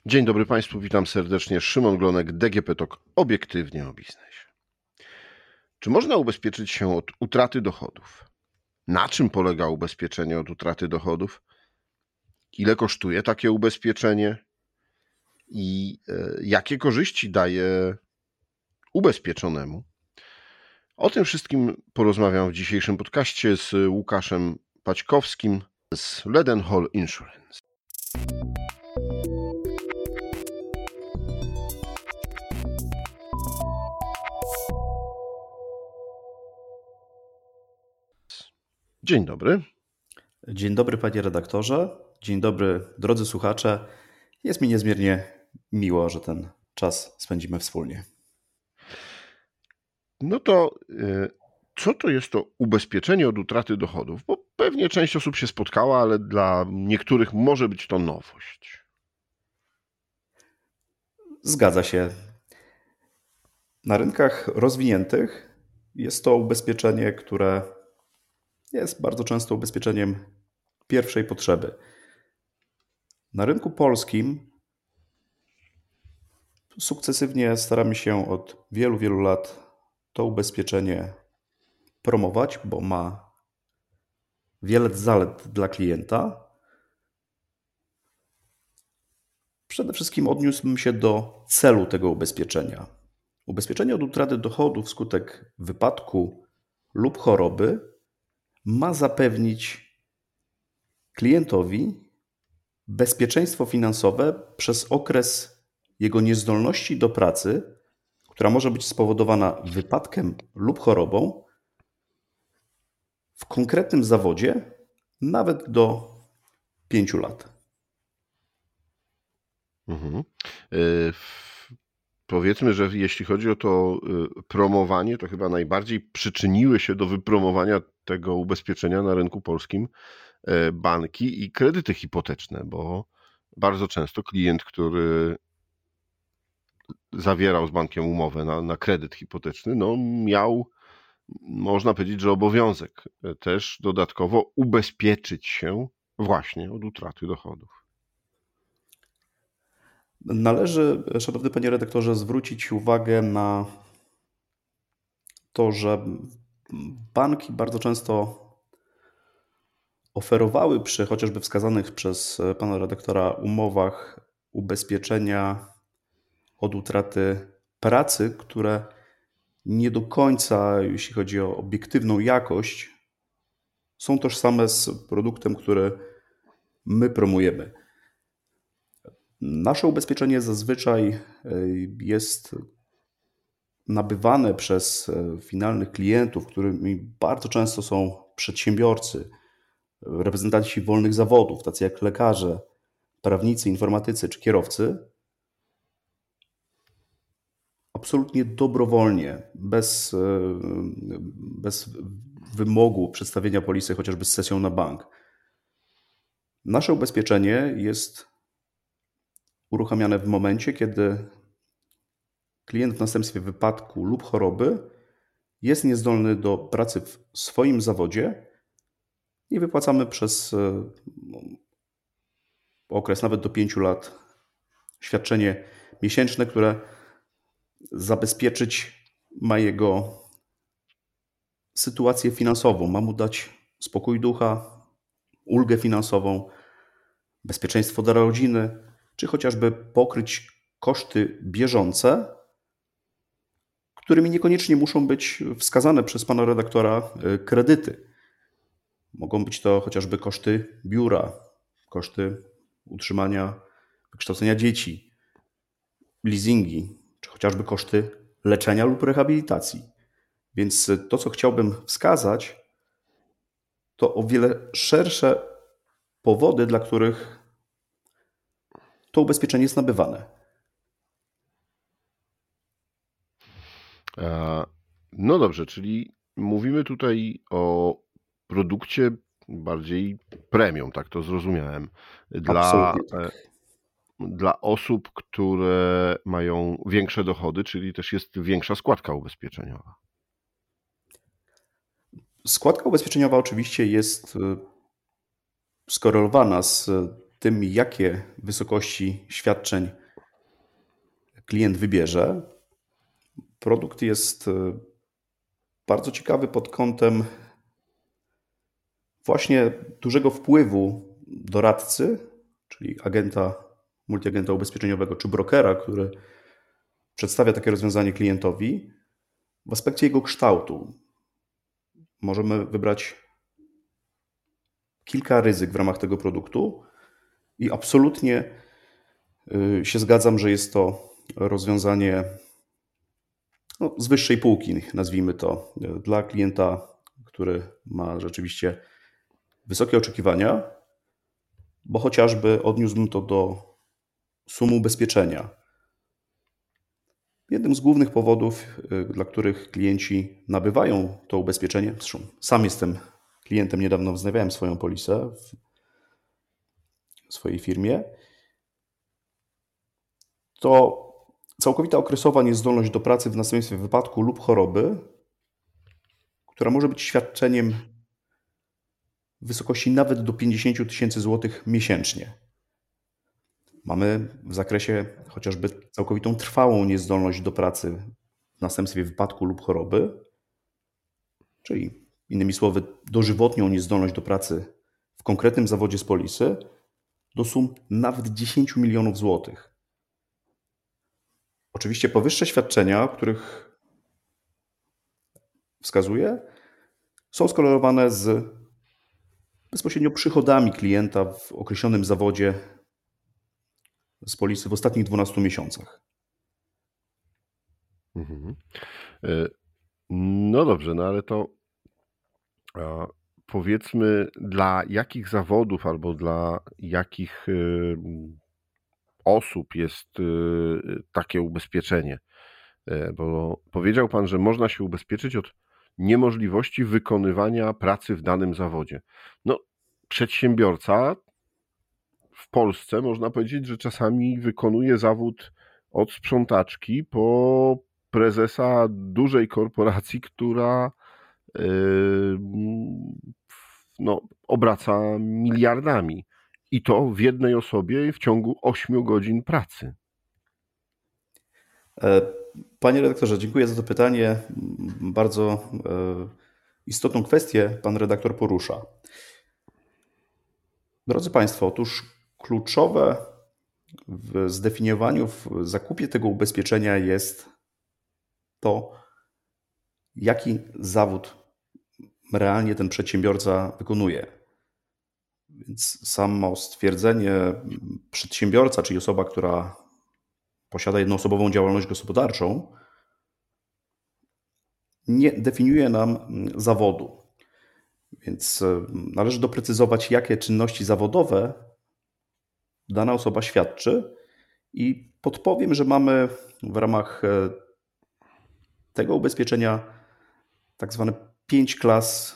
Dzień dobry Państwu, witam serdecznie. Szymon Glonek, DGP TOK, obiektywnie o biznesie. Czy można ubezpieczyć się od utraty dochodów? Na czym polega ubezpieczenie od utraty dochodów? Ile kosztuje takie ubezpieczenie? I jakie korzyści daje ubezpieczonemu? O tym wszystkim porozmawiam w dzisiejszym podcaście z Łukaszem Paćkowskim z Leadenhall Insurance. Dzień dobry. Dzień dobry panie redaktorze, dzień dobry drodzy słuchacze. Jest mi niezmiernie miło, że ten czas spędzimy wspólnie. No to co to jest to ubezpieczenie od utraty dochodów? Bo pewnie część osób się spotkała, ale dla niektórych może być to nowość. Zgadza się. Na rynkach rozwiniętych jest to ubezpieczenie, które jest bardzo często ubezpieczeniem pierwszej potrzeby. Na rynku polskim sukcesywnie staramy się od wielu, wielu lat to ubezpieczenie promować, bo ma wiele zalet dla klienta. Przede wszystkim odniósłbym się do celu tego ubezpieczenia. Ubezpieczenie od utraty dochodu wskutek wypadku lub choroby ma zapewnić klientowi bezpieczeństwo finansowe przez okres jego niezdolności do pracy, która może być spowodowana wypadkiem lub chorobą w konkretnym zawodzie nawet do 5 lat. Powiedzmy, że jeśli chodzi o to promowanie, to chyba najbardziej przyczyniły się do wypromowania tego ubezpieczenia na rynku polskim banki i kredyty hipoteczne, bo bardzo często klient, który zawierał z bankiem umowę na kredyt hipoteczny, no miał, można powiedzieć, że obowiązek też dodatkowo ubezpieczyć się właśnie od utraty dochodów. Należy, szanowny panie redaktorze, zwrócić uwagę na to, że banki bardzo często oferowały przy chociażby wskazanych przez pana redaktora umowach ubezpieczenia od utraty pracy, które nie do końca, jeśli chodzi o obiektywną jakość, są tożsame z produktem, który my promujemy. Nasze ubezpieczenie zazwyczaj jest nabywane przez finalnych klientów, którymi bardzo często są przedsiębiorcy, reprezentanci wolnych zawodów, tacy jak lekarze, prawnicy, informatycy czy kierowcy, absolutnie dobrowolnie, bez wymogu przedstawienia polisy chociażby z sesją na bank. Nasze ubezpieczenie jest uruchamiane w momencie, kiedy klient w następstwie wypadku lub choroby jest niezdolny do pracy w swoim zawodzie i wypłacamy przez okres nawet do 5 lat świadczenie miesięczne, które zabezpieczyć ma jego sytuację finansową, ma mu dać spokój ducha, ulgę finansową, bezpieczeństwo dla rodziny, czy chociażby pokryć koszty bieżące, którymi niekoniecznie muszą być wskazane przez pana redaktora kredyty. Mogą być to chociażby koszty biura, koszty utrzymania, wykształcenia dzieci, leasingi, czy chociażby koszty leczenia lub rehabilitacji. Więc to, co chciałbym wskazać, to o wiele szersze powody, dla których to ubezpieczenie jest nabywane. No dobrze, czyli mówimy tutaj o produkcie bardziej premium, tak to zrozumiałem. Absolutnie tak. Dla osób, które mają większe dochody, czyli też jest większa składka ubezpieczeniowa. Składka ubezpieczeniowa oczywiście jest skorelowana z tym, jakie wysokości świadczeń klient wybierze, produkt jest bardzo ciekawy pod kątem właśnie dużego wpływu doradcy, czyli multiagenta ubezpieczeniowego czy brokera, który przedstawia takie rozwiązanie klientowi w aspekcie jego kształtu. Możemy wybrać kilka ryzyk w ramach tego produktu i absolutnie się zgadzam, że jest to rozwiązanie z wyższej półki, nazwijmy to, dla klienta, który ma rzeczywiście wysokie oczekiwania, bo chociażby odniósłbym to do sumy ubezpieczenia. Jednym z głównych powodów, dla których klienci nabywają to ubezpieczenie, zresztą sam jestem klientem, niedawno wznawiałem swoją polisę w swojej firmie, to całkowita okresowa niezdolność do pracy w następstwie wypadku lub choroby, która może być świadczeniem w wysokości nawet do 50 000 złotych miesięcznie. Mamy w zakresie chociażby całkowitą trwałą niezdolność do pracy w następstwie wypadku lub choroby, czyli innymi słowy dożywotnią niezdolność do pracy w konkretnym zawodzie z polisy do sum nawet 10 milionów złotych. Oczywiście powyższe świadczenia, o których wskazuję, są skorelowane z bezpośrednio przychodami klienta w określonym zawodzie z polisy w ostatnich 12 miesiącach. Mhm. No dobrze, no ale to powiedzmy, dla jakich zawodów albo dla jakich osób jest takie ubezpieczenie? Bo powiedział Pan, że można się ubezpieczyć od niemożliwości wykonywania pracy w danym zawodzie. No, przedsiębiorca w Polsce można powiedzieć, że czasami wykonuje zawód od sprzątaczki po prezesa dużej korporacji, która obraca miliardami. I to w jednej osobie w ciągu 8 godzin pracy. Panie redaktorze, dziękuję za to pytanie. Bardzo istotną kwestię pan redaktor porusza. Drodzy Państwo, otóż kluczowe w zdefiniowaniu, w zakupie tego ubezpieczenia jest to, jaki zawód realnie ten przedsiębiorca wykonuje. Więc samo stwierdzenie przedsiębiorca, czyli osoba, która posiada jednoosobową działalność gospodarczą, nie definiuje nam zawodu. Więc należy doprecyzować, jakie czynności zawodowe dana osoba świadczy i podpowiem, że mamy w ramach tego ubezpieczenia tak zwane 5 klas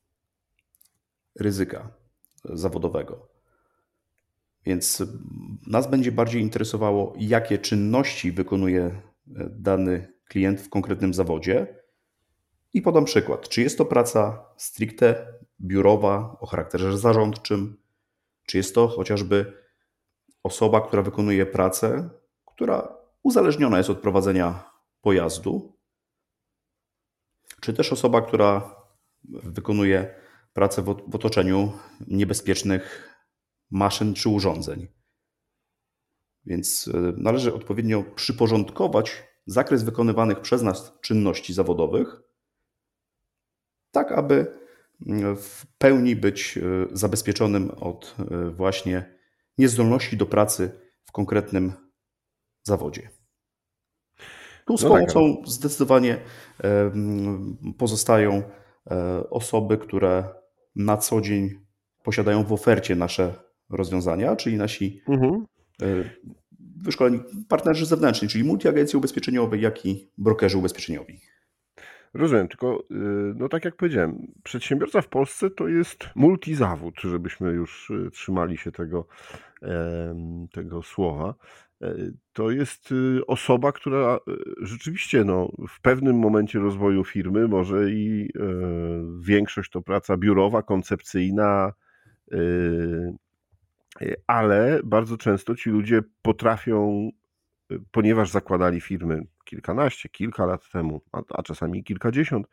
ryzyka zawodowego. Więc nas będzie bardziej interesowało, jakie czynności wykonuje dany klient w konkretnym zawodzie. I podam przykład. Czy jest to praca stricte biurowa o charakterze zarządczym, czy jest to chociażby osoba, która wykonuje pracę, która uzależniona jest od prowadzenia pojazdu, czy też osoba, która wykonuje pracę w otoczeniu niebezpiecznych maszyn czy urządzeń. Więc należy odpowiednio przyporządkować zakres wykonywanych przez nas czynności zawodowych, tak aby w pełni być zabezpieczonym od właśnie niezdolności do pracy w konkretnym zawodzie. Tu z pomocą zdecydowanie pozostają osoby, które na co dzień posiadają w ofercie nasze rozwiązania, czyli nasi wyszkoleni partnerzy zewnętrzni, czyli multiagencje ubezpieczeniowe, jak i brokerzy ubezpieczeniowi. Rozumiem, tylko tak jak powiedziałem, przedsiębiorca w Polsce to jest multizawód, żebyśmy już trzymali się tego słowa. To jest osoba, która rzeczywiście w pewnym momencie rozwoju firmy może i większość to praca biurowa, koncepcyjna, Ale bardzo często ci ludzie potrafią, ponieważ zakładali firmy kilka lat temu, a czasami kilkadziesiąt,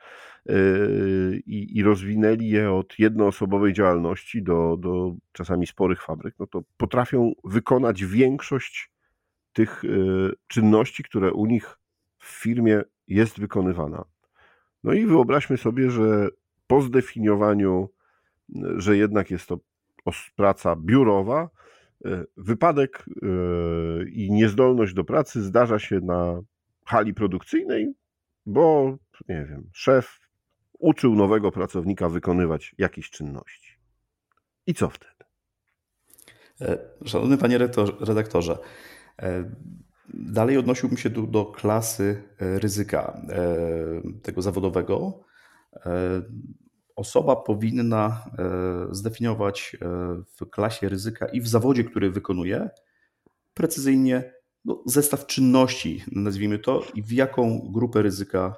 i rozwinęli je od jednoosobowej działalności do czasami sporych fabryk, no to potrafią wykonać większość tych czynności, które u nich w firmie jest wykonywana. No i wyobraźmy sobie, że po zdefiniowaniu, że jednak jest to praca biurowa, wypadek i niezdolność do pracy zdarza się na hali produkcyjnej, bo, nie wiem, szef uczył nowego pracownika wykonywać jakieś czynności. I co wtedy? Szanowny panie redaktorze, dalej odnosiłbym się do klasy ryzyka tego zawodowego. Osoba powinna zdefiniować w klasie ryzyka i w zawodzie, który wykonuje, precyzyjnie zestaw czynności, nazwijmy to, i w jaką grupę ryzyka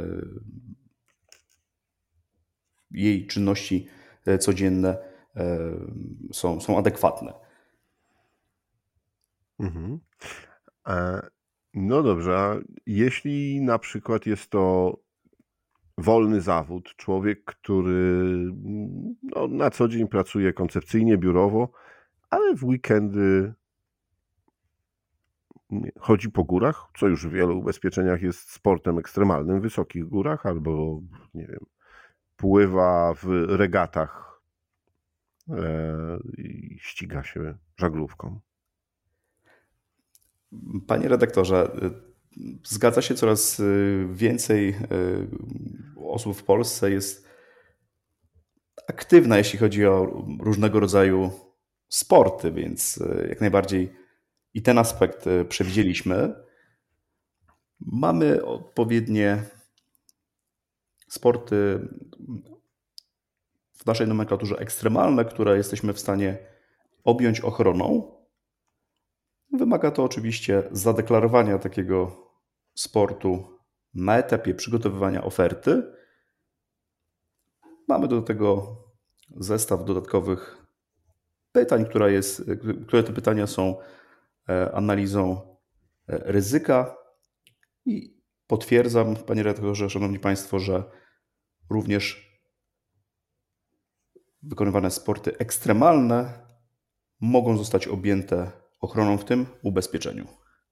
jej czynności codzienne są adekwatne. Mhm. No dobrze, a jeśli na przykład jest to wolny zawód, człowiek, który na co dzień pracuje koncepcyjnie, biurowo, ale w weekendy chodzi po górach, co już w wielu ubezpieczeniach jest sportem ekstremalnym, w wysokich górach, albo, nie wiem, pływa w regatach i ściga się żaglówką. Panie redaktorze, zgadza się, coraz więcej osób w Polsce jest aktywna, jeśli chodzi o różnego rodzaju sporty, więc jak najbardziej i ten aspekt przewidzieliśmy. Mamy odpowiednie sporty w naszej nomenklaturze ekstremalne, które jesteśmy w stanie objąć ochroną. Wymaga to oczywiście zadeklarowania takiego sportu na etapie przygotowywania oferty. Mamy do tego zestaw dodatkowych pytań, które te pytania są analizą ryzyka i potwierdzam, panie redaktorze, szanowni państwo, że również wykonywane sporty ekstremalne mogą zostać objęte ochroną w tym ubezpieczeniu.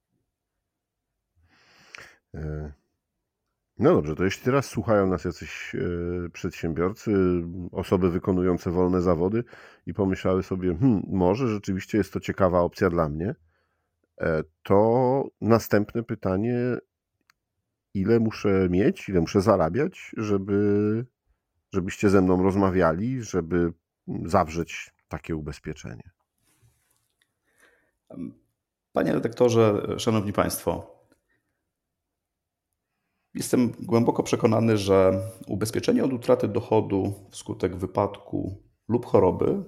No dobrze, to jeśli teraz słuchają nas jacyś przedsiębiorcy, osoby wykonujące wolne zawody i pomyślały sobie, może rzeczywiście jest to ciekawa opcja dla mnie, to następne pytanie, ile muszę mieć, ile muszę zarabiać, żebyście ze mną rozmawiali, żeby zawrzeć takie ubezpieczenie? Panie redaktorze, szanowni państwo, jestem głęboko przekonany, że ubezpieczenie od utraty dochodu wskutek wypadku lub choroby,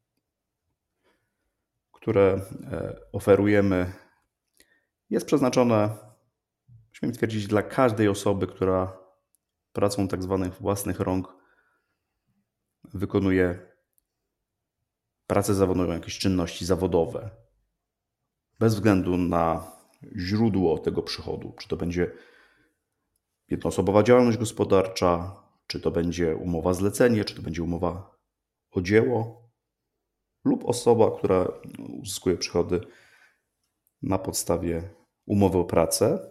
które oferujemy, jest przeznaczone, śmiem twierdzić, dla każdej osoby, która pracą tak zwanych własnych rąk wykonuje pracę zawodową, jakieś czynności zawodowe, bez względu na źródło tego przychodu, czy to będzie jednoosobowa działalność gospodarcza, czy to będzie umowa zlecenie, czy to będzie umowa o dzieło, lub osoba, która uzyskuje przychody na podstawie umowy o pracę,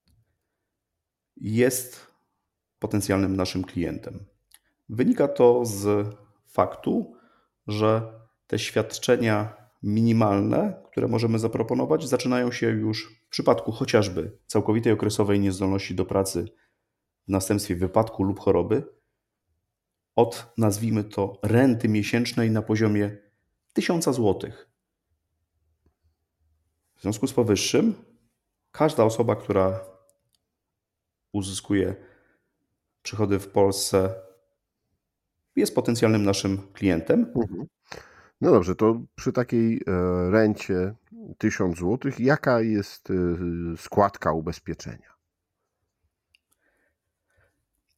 jest potencjalnym naszym klientem. Wynika to z faktu, że te świadczenia minimalne, które możemy zaproponować, zaczynają się już w przypadku chociażby całkowitej okresowej niezdolności do pracy w następstwie wypadku lub choroby od, nazwijmy to, renty miesięcznej na poziomie 1000 zł. W związku z powyższym każda osoba, która uzyskuje przychody w Polsce, jest potencjalnym naszym klientem. No dobrze, to przy takiej rencie 1000 zł, jaka jest składka ubezpieczenia?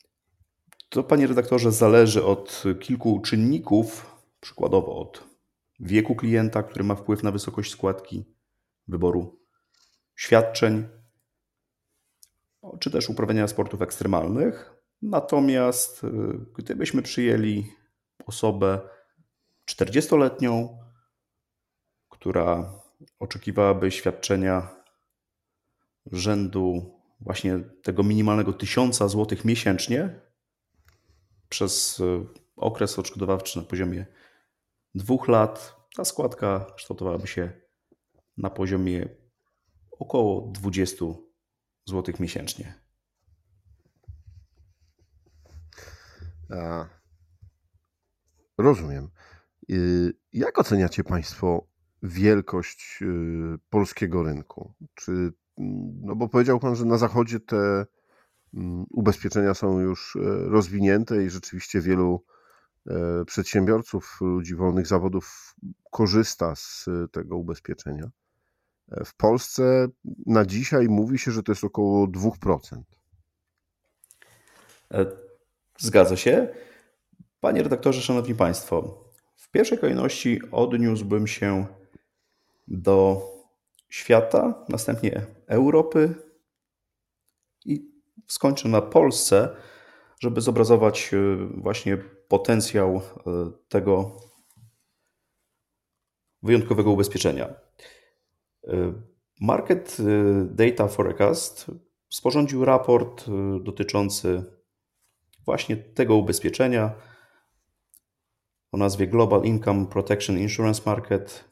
To, panie redaktorze, zależy od kilku czynników, przykładowo od wieku klienta, który ma wpływ na wysokość składki, wyboru świadczeń, czy też uprawiania sportów ekstremalnych. Natomiast gdybyśmy przyjęli osobę 40-letnią, która oczekiwałaby świadczenia rzędu właśnie tego minimalnego 1000 zł miesięcznie przez okres odszkodowawczy na poziomie 2 lat, ta składka kształtowałaby się na poziomie około 20 zł miesięcznie. Rozumiem. Jak oceniacie Państwo wielkość polskiego rynku? No bo powiedział Pan, że na Zachodzie te ubezpieczenia są już rozwinięte i rzeczywiście wielu przedsiębiorców, ludzi wolnych zawodów korzysta z tego ubezpieczenia. W Polsce na dzisiaj mówi się, że to jest około 2%. Zgadza się. Panie redaktorze, szanowni państwo, w pierwszej kolejności odniósłbym się do świata, następnie Europy i skończę na Polsce, żeby zobrazować właśnie potencjał tego wyjątkowego ubezpieczenia. Market Data Forecast sporządził raport dotyczący właśnie tego ubezpieczenia o nazwie Global Income Protection Insurance Market.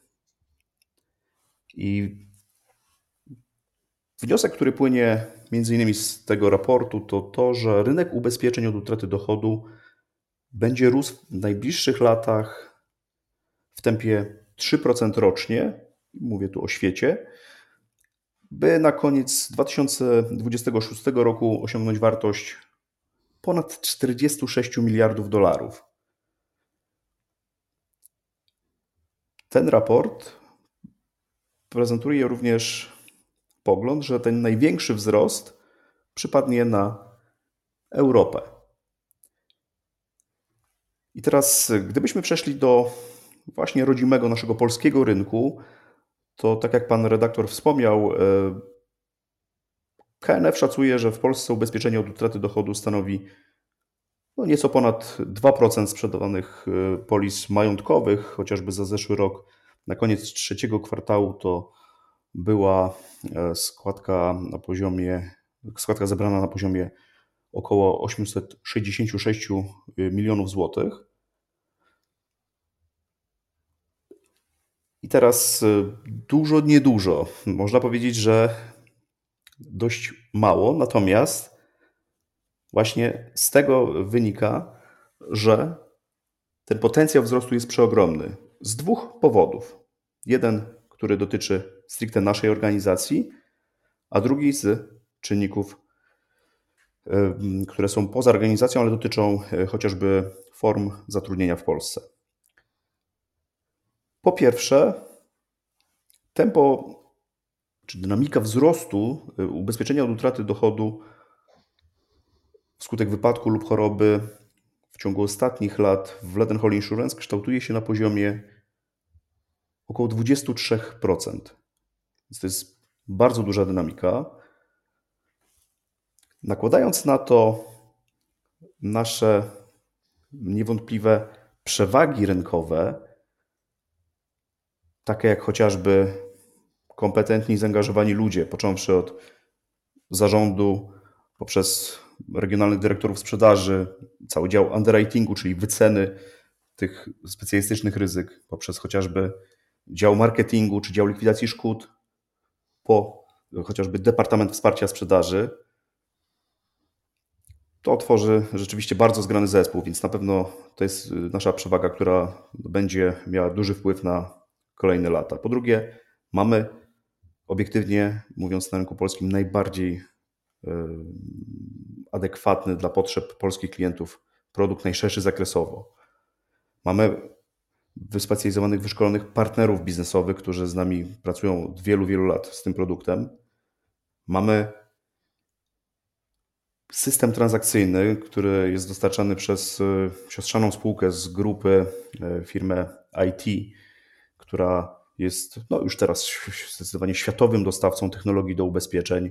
I wniosek, który płynie między innymi z tego raportu, to to, że rynek ubezpieczeń od utraty dochodu będzie rósł w najbliższych latach w tempie 3% rocznie, mówię tu o świecie, by na koniec 2026 roku osiągnąć wartość ponad 46 miliardów dolarów. Ten raport prezentuje również pogląd, że ten największy wzrost przypadnie na Europę. I teraz, gdybyśmy przeszli do właśnie rodzimego naszego polskiego rynku, to tak jak pan redaktor wspomniał, KNF szacuje, że w Polsce ubezpieczenie od utraty dochodu stanowi nieco ponad 2% sprzedawanych polis majątkowych, chociażby za zeszły rok. Na koniec trzeciego kwartału to była składka zebrana na poziomie około 866 milionów złotych. I teraz dużo, niedużo. Można powiedzieć, że dość mało, natomiast właśnie z tego wynika, że ten potencjał wzrostu jest przeogromny. Z dwóch powodów. Jeden, który dotyczy stricte naszej organizacji, a drugi z czynników, które są poza organizacją, ale dotyczą chociażby form zatrudnienia w Polsce. Po pierwsze, tempo czy dynamika wzrostu ubezpieczenia od utraty dochodu wskutek wypadku lub choroby w ciągu ostatnich lat w Leadenhall Insurance kształtuje się na poziomie około 23%. Więc to jest bardzo duża dynamika. Nakładając na to nasze niewątpliwe przewagi rynkowe, takie jak chociażby kompetentni i zaangażowani ludzie, począwszy od zarządu, poprzez regionalnych dyrektorów sprzedaży, cały dział underwritingu, czyli wyceny tych specjalistycznych ryzyk, poprzez chociażby dział marketingu czy dział likwidacji szkód, po chociażby Departament Wsparcia Sprzedaży, to tworzy rzeczywiście bardzo zgrany zespół, więc na pewno to jest nasza przewaga, która będzie miała duży wpływ na kolejne lata. Po drugie, mamy obiektywnie mówiąc na rynku polskim najbardziej adekwatny dla potrzeb polskich klientów produkt, najszerszy zakresowo. Mamy wyspecjalizowanych, wyszkolonych partnerów biznesowych, którzy z nami pracują od wielu, wielu lat z tym produktem. Mamy system transakcyjny, który jest dostarczany przez siostrzaną spółkę z grupy, firmę IT, która jest już teraz zdecydowanie światowym dostawcą technologii do ubezpieczeń,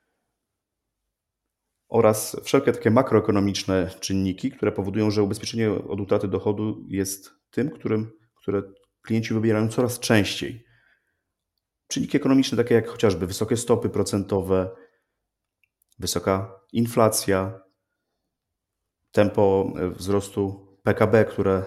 oraz wszelkie takie makroekonomiczne czynniki, które powodują, że ubezpieczenie od utraty dochodu jest tym, które klienci wybierają coraz częściej. Czynniki ekonomiczne takie jak chociażby wysokie stopy procentowe, wysoka inflacja, tempo wzrostu PKB, które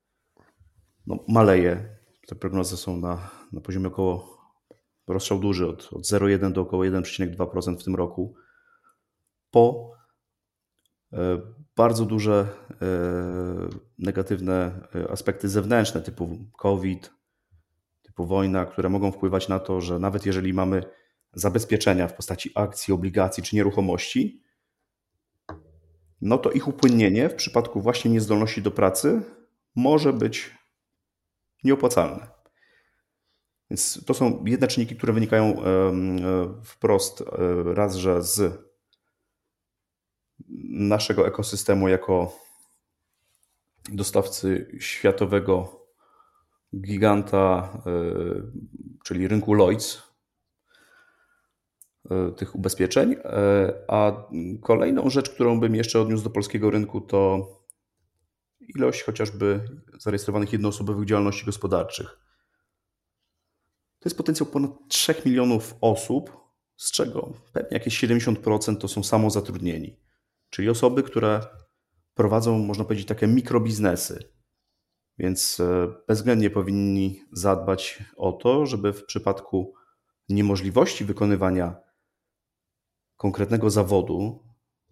maleje. Te prognozy są na poziomie rozstrzał duży, od 0,1 do około 1,2% w tym roku. Po bardzo duże negatywne aspekty zewnętrzne typu COVID, typu wojna, które mogą wpływać na to, że nawet jeżeli mamy zabezpieczenia w postaci akcji, obligacji czy nieruchomości, to ich upłynnienie w przypadku właśnie niezdolności do pracy może być nieopłacalne. Więc to są jedne czynniki, które wynikają wprost raz, że z naszego ekosystemu jako dostawcy światowego giganta, czyli rynku Lloyd's, tych ubezpieczeń. A kolejną rzecz, którą bym jeszcze odniósł do polskiego rynku, to ilość chociażby zarejestrowanych jednoosobowych działalności gospodarczych. To jest potencjał ponad 3 milionów osób, z czego pewnie jakieś 70% to są samozatrudnieni, czyli osoby, które prowadzą, można powiedzieć, takie mikrobiznesy. Więc bezwzględnie powinni zadbać o to, żeby w przypadku niemożliwości wykonywania konkretnego zawodu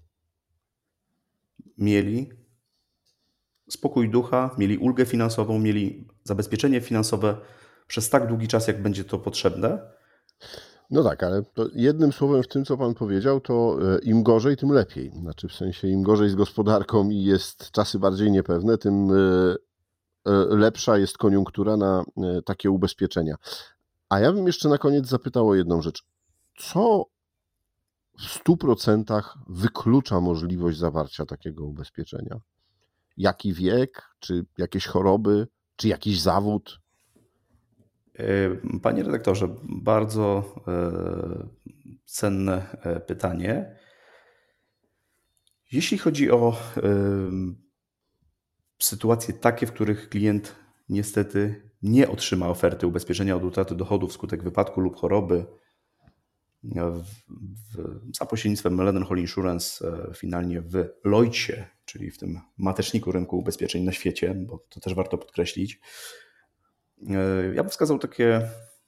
mieli spokój ducha, mieli ulgę finansową, mieli zabezpieczenie finansowe przez tak długi czas, jak będzie to potrzebne. No tak, ale to jednym słowem w tym, co Pan powiedział, to im gorzej, tym lepiej. Znaczy w sensie im gorzej z gospodarką i jest czasy bardziej niepewne, tym lepsza jest koniunktura na takie ubezpieczenia. A ja bym jeszcze na koniec zapytał o jedną rzecz. Co w 100% wyklucza możliwość zawarcia takiego ubezpieczenia? Jaki wiek, czy jakieś choroby, czy jakiś zawód? Panie redaktorze, bardzo cenne pytanie. Jeśli chodzi o sytuacje takie, w których klient niestety nie otrzyma oferty ubezpieczenia od utraty dochodów wskutek wypadku lub choroby za pośrednictwem Leadenhall Insurance, finalnie w Lloydsie, czyli w tym mateczniku rynku ubezpieczeń na świecie, bo to też warto podkreślić. Ja bym wskazał takie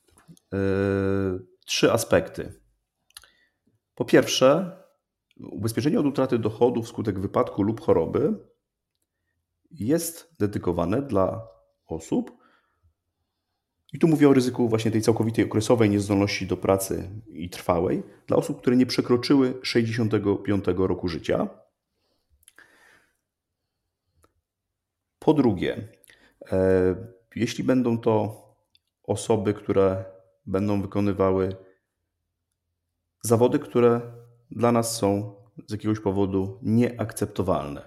3 aspekty. Po pierwsze, ubezpieczenie od utraty dochodów wskutek wypadku lub choroby jest dedykowane dla osób, i tu mówię o ryzyku właśnie tej całkowitej okresowej niezdolności do pracy i trwałej, dla osób, które nie przekroczyły 65 roku życia. Po drugie, jeśli będą to osoby, które będą wykonywały zawody, które dla nas są z jakiegoś powodu nieakceptowalne.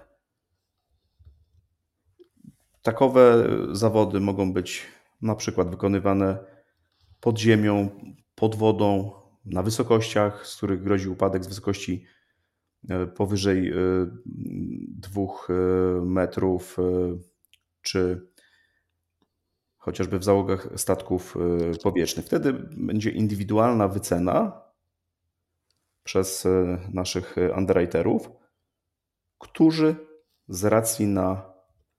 Takowe zawody mogą być na przykład wykonywane pod ziemią, pod wodą, na wysokościach, z których grozi upadek z wysokości powyżej 2 metrów, czy chociażby w załogach statków powietrznych. Wtedy będzie indywidualna wycena przez naszych underwriterów, którzy z racji na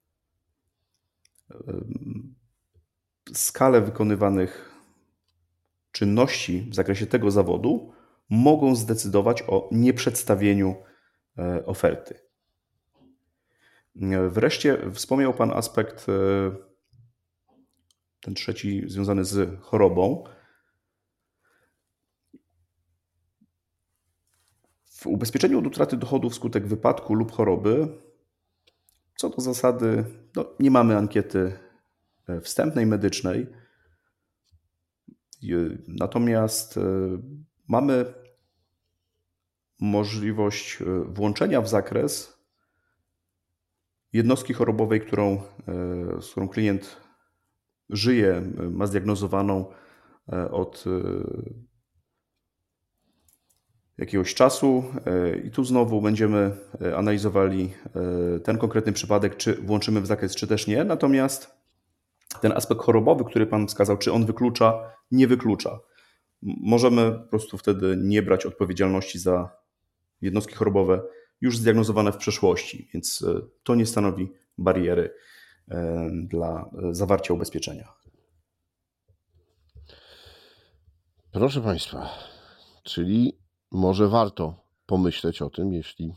skalę wykonywanych czynności w zakresie tego zawodu mogą zdecydować o nieprzedstawieniu oferty. Wreszcie wspomniał Pan aspekt, ten trzeci, związany z chorobą. W ubezpieczeniu od utraty dochodów wskutek wypadku lub choroby, co do zasady, nie mamy ankiety wstępnej medycznej, natomiast mamy możliwość włączenia w zakres jednostki chorobowej, z którą klient żyje, ma zdiagnozowaną od jakiegoś czasu i tu znowu będziemy analizowali ten konkretny przypadek, czy włączymy w zakres, czy też nie. Natomiast ten aspekt chorobowy, który Pan wskazał, czy on wyklucza? Nie wyklucza. Możemy po prostu wtedy nie brać odpowiedzialności za jednostki chorobowe już zdiagnozowane w przeszłości, więc to nie stanowi bariery dla zawarcia ubezpieczenia. Proszę Państwa, czyli może warto pomyśleć o tym, jeśli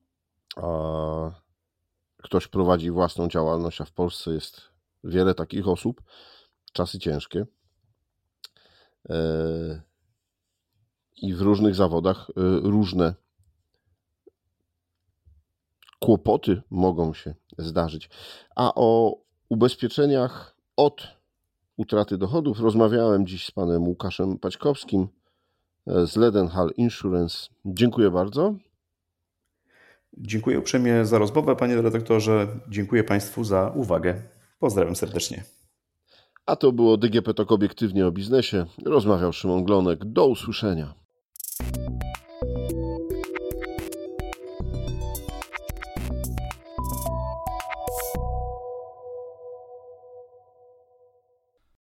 ktoś prowadzi własną działalność, a w Polsce jest wiele takich osób, czasy ciężkie i w różnych zawodach różne kłopoty mogą się zdarzyć. A o ubezpieczeniach od utraty dochodów rozmawiałem dziś z panem Łukaszem Paćkowskim z Leadenhall Insurance. Dziękuję bardzo. Dziękuję uprzejmie za rozmowę, panie redaktorze. Dziękuję Państwu za uwagę. Pozdrawiam serdecznie. A to było DGP Talk obiektywnie o biznesie. Rozmawiał Szymon Glonek. Do usłyszenia.